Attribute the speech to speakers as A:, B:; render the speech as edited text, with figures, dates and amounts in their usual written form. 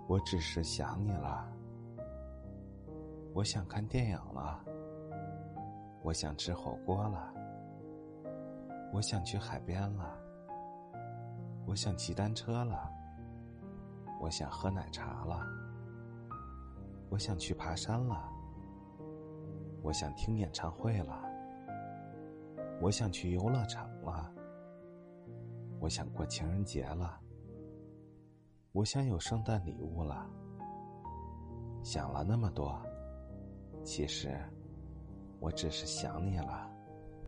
A: 我只是想你了，我想看电影了，我想吃火锅了，我想去海边了，我想骑单车了，我想喝奶茶了，我想去爬山了，我想听演唱会了，我想去游乐场了，我想过情人节了，我想有圣诞礼物了。想了那么多，其实我只是想你了。